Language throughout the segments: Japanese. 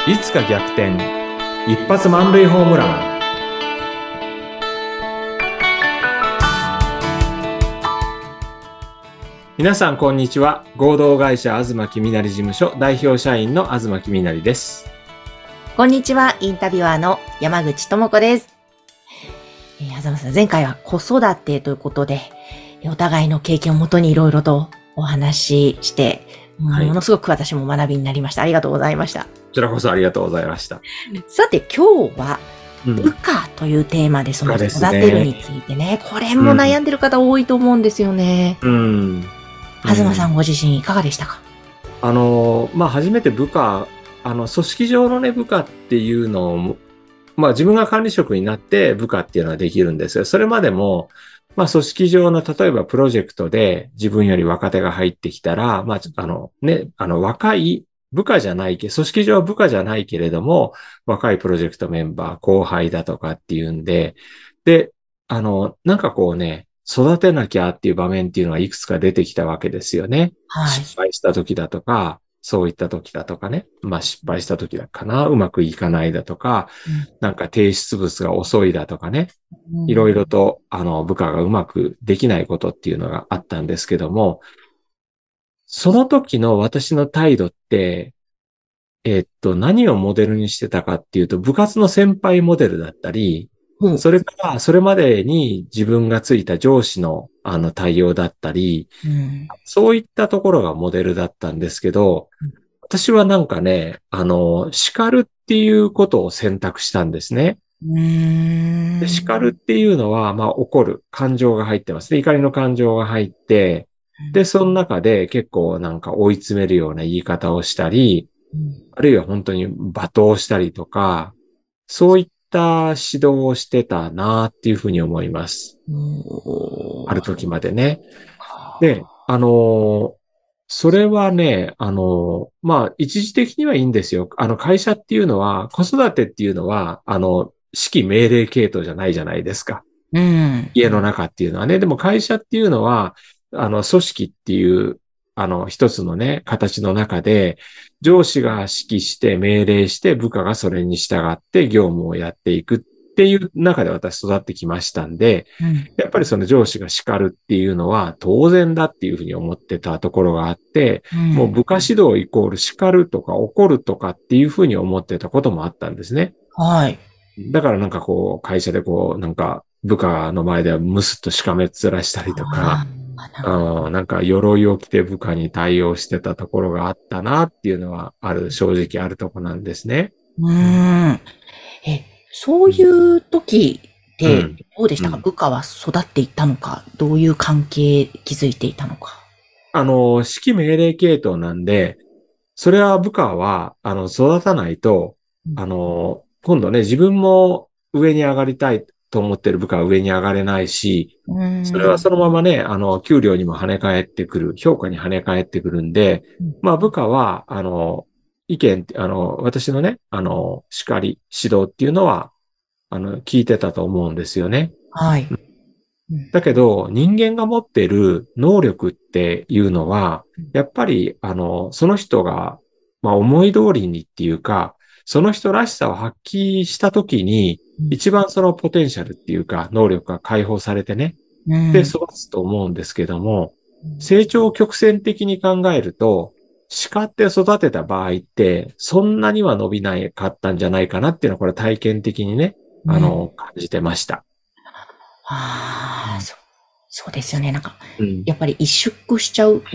いつか逆転、一発満塁ホームラン。皆さんこんにちは。合同会社東きみなり事務所代表社員の東きみなりです。 こんにちは。インタビュアーの山口智子です。東さん、前回は子育てということで、お互いの経験をもとにいろいろとお話しして、ものすごく私も学びになりました。ありがとうございました。 こちらこそありがとうございました。 さて今日は、部下というテーマでその育てるについてね、これも悩んでる方多いと思うんですよね。東さんご自身いかがでしたか？ 初めて部下、組織上のね、部下っていうのを、自分が管理職になって部下っていうのはできるんですよ。それまでも、組織上の、例えばプロジェクトで自分より若手が入ってきたら、若い部下じゃない組織上は部下じゃないけれども、若いプロジェクトメンバー、後輩だとかっていうんで、で、育てなきゃっていう場面っていうのがいくつか出てきたわけですよね。失敗した時だとか、そういった時だとかね。失敗した時だかな。うまくいかないだとか、提出物が遅いだとかね。いろいろと、部下がうまくできないことっていうのがあったんですけども、その時の私の態度って、何をモデルにしてたかっていうと、部活の先輩モデルだったり、それから、それまでに自分がついた上司の、対応だったり、そういったところがモデルだったんですけど、私は叱るっていうことを選択したんですね。で叱るっていうのは、怒る感情が入ってますね。怒りの感情が入って、で、その中で結構追い詰めるような言い方をしたり、あるいは本当に罵倒したりとか、そういった指導をしてたなっていうふうに思います。ある時までね。で、それはね、一時的にはいいんですよ。会社っていうのは、子育てっていうのは、指揮命令系統じゃないじゃないですか。家の中っていうのはね。でも会社っていうのは、組織っていう、一つのね、形の中で、上司が指揮して命令して部下がそれに従って業務をやっていくっていう中で私育ってきましたんで、やっぱりその上司が叱るっていうのは当然だっていうふうに思ってたところがあって、もう部下指導イコール叱るとか怒るとかっていうふうに思ってたこともあったんですね。 はい。 だから会社で部下の前ではムスッとしかめっ面したりとか、鎧を着て部下に対応してたところがあったなっていうのは正直あるところなんですね。 そういう時ってどうでしたか？部下は育っていったのか、どういう関係築いていたのか。 指揮命令系統なんで、それは部下は、育たないと、今度ね、自分も上に上がりたいと思ってる部下は上に上がれないし、それはそのままね、給料にも跳ね返ってくる、評価に跳ね返ってくるんで、部下は、私のね、叱り、指導っていうのは、聞いてたと思うんですよね。 はい。 だけど、人間が持っている能力っていうのは、やっぱり、その人が、思い通りにっていうか、その人らしさを発揮したときに、一番そのポテンシャルっていうか、能力が解放されてね、で、育つと思うんですけども、成長を曲線的に考えると、叱って育てた場合って、そんなには伸びなかったんじゃないかなっていうのは、これ体験的にね、感じてました。 そうですよね。やっぱり萎縮しちゃう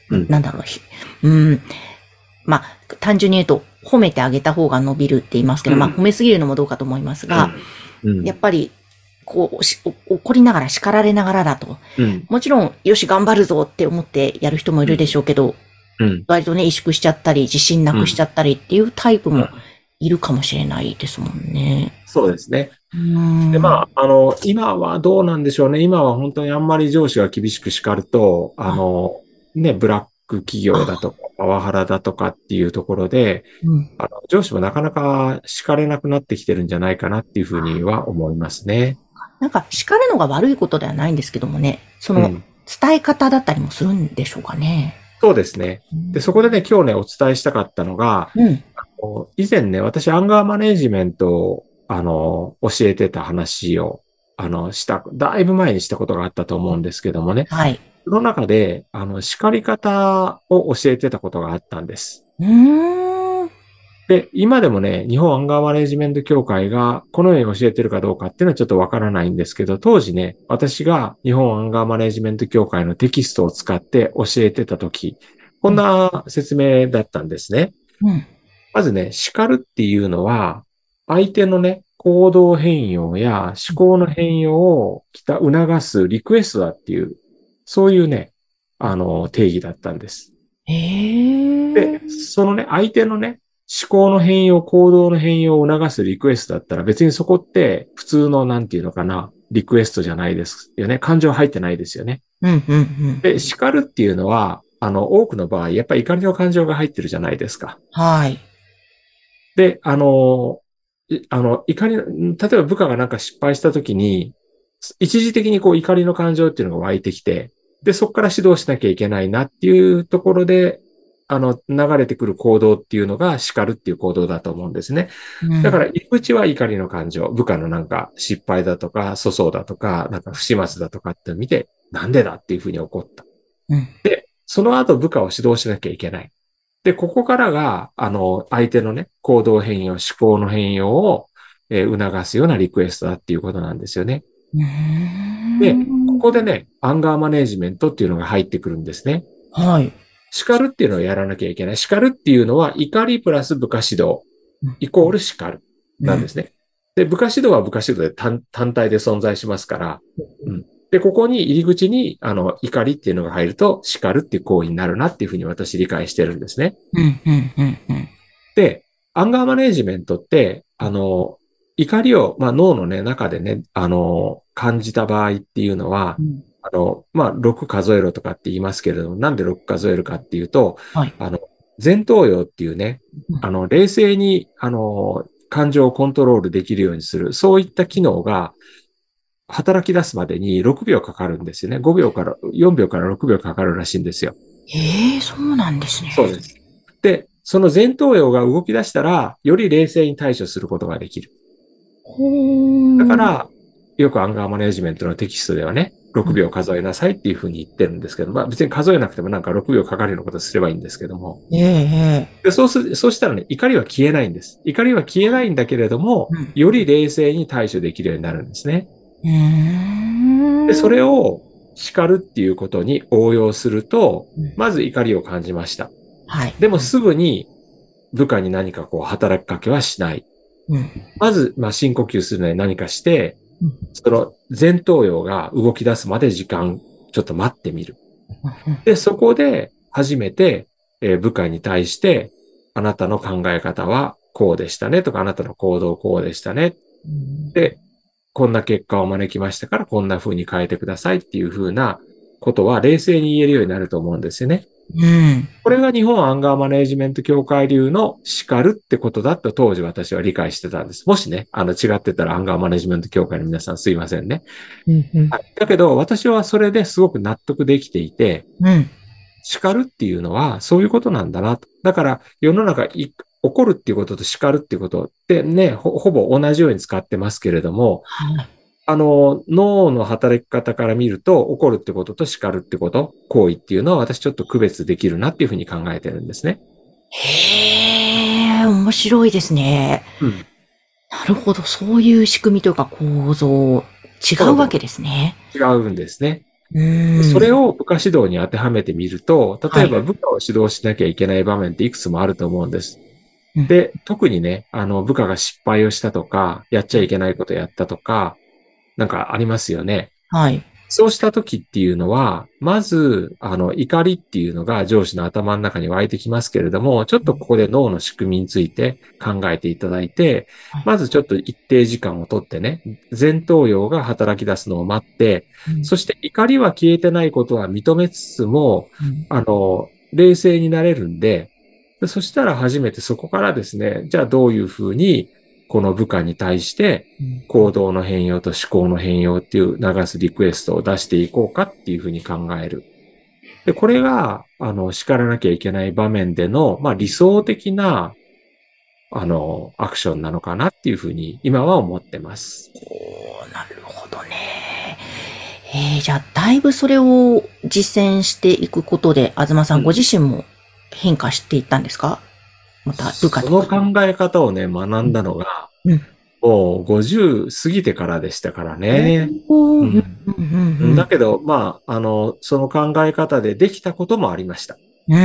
単純に言うと、褒めてあげた方が伸びるって言いますけど、褒めすぎるのもどうかと思いますが、やっぱり、怒りながら叱られながらだと。もちろん、よし、頑張るぞって思ってやる人もいるでしょうけど、割とね、萎縮しちゃったり、自信なくしちゃったりっていうタイプもいるかもしれないですもんね。 そうですね。で、今はどうなんでしょうね。今は本当にあんまり上司が厳しく叱ると、ブラック企業だとか、パワハラだとかっていうところで、上司もなかなか叱れなくなってきてるんじゃないかなっていうふうには思いますね。 叱るのが悪いことではないんですけどもね、その伝え方だったりもするんでしょうかね。 そうですね。で、そこでね、今日ね、お伝えしたかったのが、 以前ね、私アンガーマネジメントを、教えてた話を、だいぶ前にしたことがあったと思うんですけどもね。 はい。 その中で、叱り方を教えてたことがあったんです。で、今でもね、日本アンガーマネジメント協会がこのように教えてるかどうかっていうのはちょっとわからないんですけど、当時ね、私が日本アンガーマネジメント協会のテキストを使って教えてたとき、こんな説明だったんですね。 うん。 まずね、叱るっていうのは、相手のね、行動変容や思考の変容を促すリクエストだっていう、そういうね、定義だったんです。で、そのね、相手のね、思考の変容、行動の変容を促すリクエストだったら別にそこって普通のなんていうのかな、リクエストじゃないですよね。感情入ってないですよね。で、叱るっていうのは、多くの場合、やっぱり怒りの感情が入ってるじゃないですか。 はい。 で、怒りの、例えば部下がなんか失敗したときに、一時的にこう怒りの感情っていうのが湧いてきて、で、そこから指導しなきゃいけないなっていうところで、流れてくる行動っていうのが叱るっていう行動だと思うんですね。だから、入り口は怒りの感情、部下のなんか失敗だとか、粗相だとか、なんか不始末だとかって見て、なんでだっていうふうに怒った。で、その後部下を指導しなきゃいけない。で、ここからが、相手のね、行動変容、思考の変容を、促すようなリクエストだっていうことなんですよね。で、ここでね、アンガーマネジメントっていうのが入ってくるんですね。 はい。 叱るっていうのをやらなきゃいけない。叱るっていうのは、怒りプラス部下指導、イコール叱るなんですね。で、部下指導は部下指導で単体で存在しますから、で、ここに入り口に、怒りっていうのが入ると、叱るっていう行為になるなっていうふうに私理解してるんですね。で、アンガーマネジメントって、怒りを、脳のね、中でね、感じた場合っていうのは、6数えろとかって言いますけれども、なんで6数えるかっていうと、 はい。 前頭葉っていうね、冷静に、感情をコントロールできるようにする、そういった機能が働き出すまでに6秒かかるんですよね。5秒から、4秒から6秒かかるらしいんですよ。 そうなんですね。 そうです。で、その前頭葉が動き出したら、より冷静に対処することができる。だから、よくアンガーマネジメントのテキストではね、6秒数えなさいっていうふうに言ってるんですけど、別に数えなくてもなんか6秒かかるようなことすればいいんですけども。でそうしたらね、怒りは消えないんです。怒りは消えないんだけれども、より冷静に対処できるようになるんですね。で、それを叱るっていうことに応用すると、まず怒りを感じました。 はい。 でもすぐに部下に何かこう働きかけはしない。まず、深呼吸するのに何かして、その前頭葉が動き出すまで時間、ちょっと待ってみる。で、そこで初めて、部下に対して、あなたの考え方はこうでしたねとか、あなたの行動こうでしたね。で、こんな結果を招きましたから、こんな風に変えてくださいっていう風なことは冷静に言えるようになると思うんですよね。これが日本アンガーマネジメント協会流の叱るってことだと当時私は理解してたんです。もしね、違ってたらアンガーマネジメント協会の皆さんすいませんね。だけど私はそれですごく納得できていて、叱るっていうのはそういうことなんだなと。だから世の中怒るっていうことと叱るっていうことってね、ほぼ同じように使ってますけれども、脳の働き方から見ると、怒るってことと叱るってこと、行為っていうのは私ちょっと区別できるなっていうふうに考えてるんですね。 面白いですね。なるほど、そういう仕組みというか構造、違うわけですね。 違うんですね。それを部下指導に当てはめてみると、例えば部下を指導しなきゃいけない場面っていくつもあると思うんです。で、特にね、部下が失敗をしたとか、やっちゃいけないことやったとか、なんかありますよね。そうした時っていうのは、まず、怒りっていうのが上司の頭の中に湧いてきますけれども、ちょっとここで脳の仕組みについて考えていただいて、まずちょっと一定時間をとってね、前頭葉が働き出すのを待って、そして怒りは消えてないことは認めつつも、冷静になれるんで、そしたら初めてそこからですね、じゃあどういうふうにこの部下に対して行動の変容と思考の変容っていう流すリクエストを出していこうかっていうふうに考える。で、これが、叱らなきゃいけない場面での、理想的なアクションなのかなっていうふうに今は思ってます。 なるほどね。じゃあ、だいぶそれを実践していくことで、東さんご自身も変化していったんですか？また部下とか。 その考え方をね、学んだのが、もう50過ぎてからでしたからね。だけど、その考え方でできたこともありました。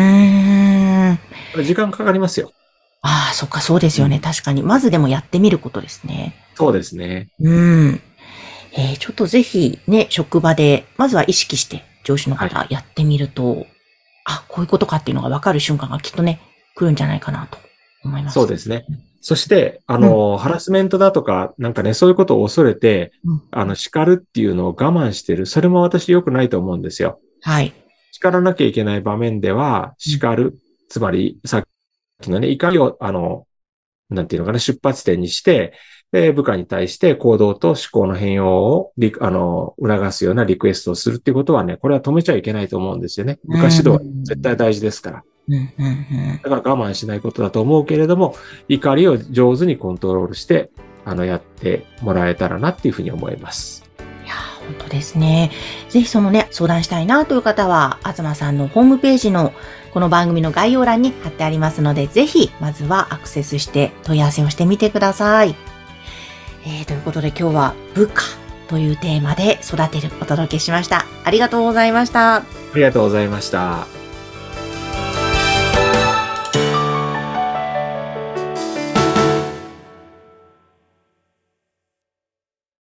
時間かかりますよ。 ああ、そっか、そうですよね。確かに。まずでもやってみることですね。 そうですね。 ちょっとぜひね、職場で、まずは意識して上司の方やってみると、こういうことかっていうのが分かる瞬間がきっとね、来るんじゃないかなと思います。 そうですね。そして、ハラスメントだとか、なんかね、そういうことを恐れて、叱るっていうのを我慢してる。それも私良くないと思うんですよ。 はい。 叱らなきゃいけない場面では、叱る。つまり、さっきのね、怒りを、なんていうのかな、出発点にして、部下に対して行動と思考の変容を促すようなリクエストをするっていうことはね、これは止めちゃいけないと思うんですよね。部下指導は絶対大事ですから。だから我慢しないことだと思うけれども、怒りを上手にコントロールして、やってもらえたらなっていうふうに思います。 いや、本当ですね。ぜひそのね、相談したいなという方は、東さんのホームページのこの番組の概要欄に貼ってありますので、ぜひ、まずはアクセスして問い合わせをしてみてください。ということで今日は部下というテーマで育てるお届けしました。ありがとうございました。 ありがとうございました。